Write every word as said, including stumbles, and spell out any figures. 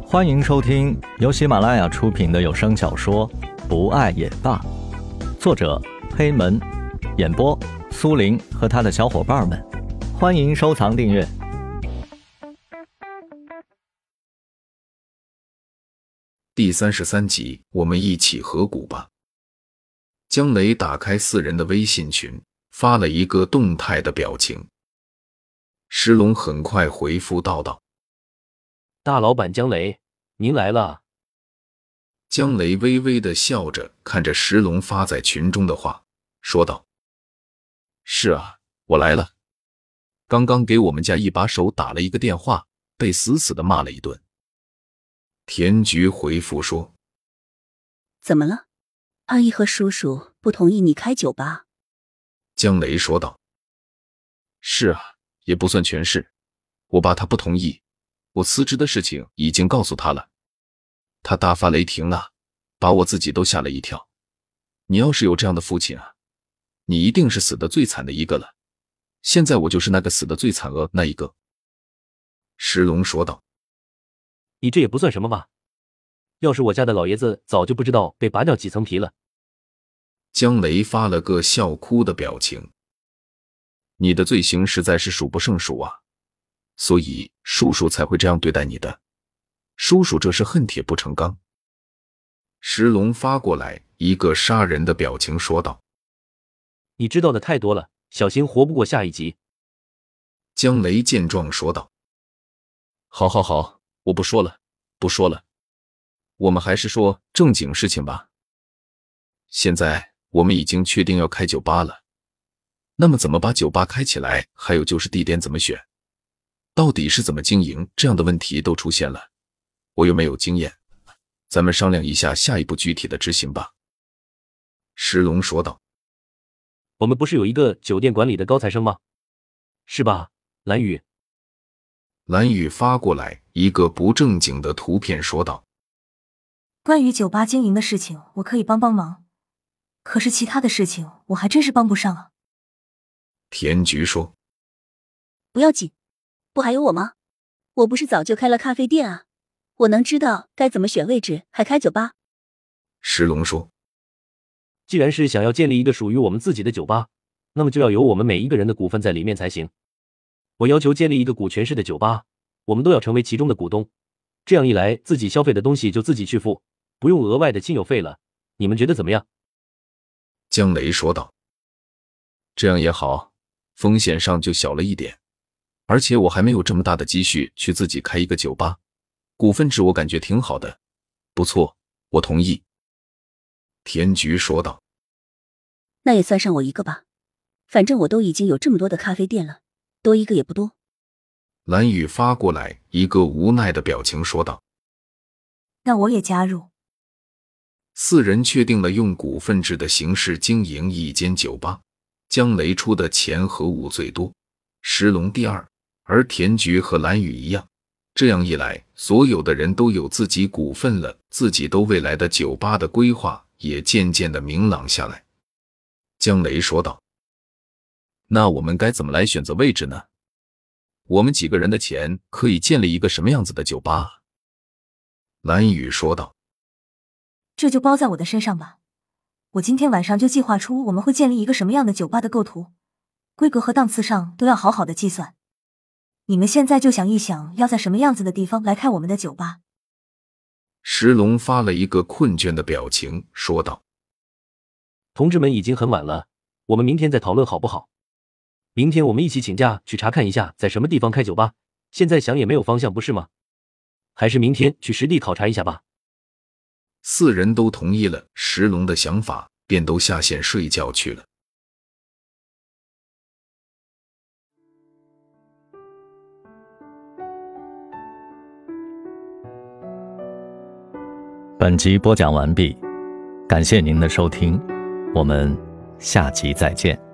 欢迎收听由喜马拉雅出品的有声小说《不爱也罢》，作者黑门，演播苏林和他的小伙伴们。欢迎收藏订阅。 第三十三集，我们一起合股吧。姜雷打开四人的微信群，发了一个动态的表情。石龙很快回复道道： 大老板姜雷，您来了。 姜雷微微地笑着看着石龙发在群中的话，说道：是啊，我来了。刚刚给我们家一把手打了一个电话，被死死地骂了一顿。田菊回复说： 怎么了？阿姨和叔叔不同意你开酒吧？ 姜雷说道：是啊，也不算全是。我爸他不同意，我辞职的事情已经告诉他了。他大发雷霆啊，把我自己都吓了一跳。你要是有这样的父亲啊，你一定是死得最惨的一个了。现在我就是那个死得最惨的那一个。石龙说道： 你这也不算什么吧？要是我家的老爷子早就不知道被拔掉几层皮了。 姜雷发了个笑哭的表情。你的罪行实在是数不胜数啊，所以叔叔才会这样对待你的。叔叔这是恨铁不成钢。石龙发过来一个杀人的表情说道： 你知道的太多了，小心活不过下一集。 姜雷见状说道：好好好，我不说了，不说了。我们还是说正经事情吧。现在我们已经确定要开酒吧了，那么怎么把酒吧开起来，还有就是地点怎么选，到底是怎么经营，这样的问题都出现了。我又没有经验，咱们商量一下下一步具体的执行吧。石龙说道： 我们不是有一个酒店管理的高材生吗？是吧，蓝宇？ 蓝宇发过来一个不正经的图片说道： 关于酒吧经营的事情我可以帮帮忙，可是其他的事情我还真是帮不上啊。 田菊说： 不要紧，不还有我吗？我不是早就开了咖啡店啊，我能知道该怎么选位置还开酒吧。 石龙说： 既然是想要建立一个属于我们自己的酒吧，那么就要有我们每一个人的股份在里面才行。我要求建立一个股权式的酒吧，我们都要成为其中的股东，这样一来自己消费的东西就自己去付，不用额外的亲友费了，你们觉得怎么样？ 姜雷说道：这样也好，风险上就小了一点，而且我还没有这么大的积蓄去自己开一个酒吧，股份制我感觉挺好的，不错，我同意。田菊说道： 那也算上我一个吧，反正我都已经有这么多的咖啡店了，多一个也不多。 蓝宇发过来一个无奈的表情说道： 那我也加入。 四人确定了用股份制的形式经营一间酒吧，姜雷出的钱和五最多，石龙第二，而田菊和蓝宇一样。这样一来，所有的人都有自己股份了，自己都未来的酒吧的规划也渐渐的明朗下来。姜雷说道：那我们该怎么来选择位置呢？我们几个人的钱可以建立一个什么样子的酒吧？蓝宇说道： 这就包在我的身上吧。我今天晚上就计划出我们会建立一个什么样的酒吧的构图，规格和档次上都要好好的计算。你们现在就想一想要在什么样子的地方来开我们的酒吧。 石龙发了一个困倦的表情说道： 同志们，已经很晚了，我们明天再讨论好不好？明天我们一起请假去查看一下在什么地方开酒吧，现在想也没有方向，不是吗？还是明天去实地考察一下吧。 四人都同意了石龙的想法，便都下线睡觉去了。 本集播讲完毕，感谢您的收听，我们下集再见。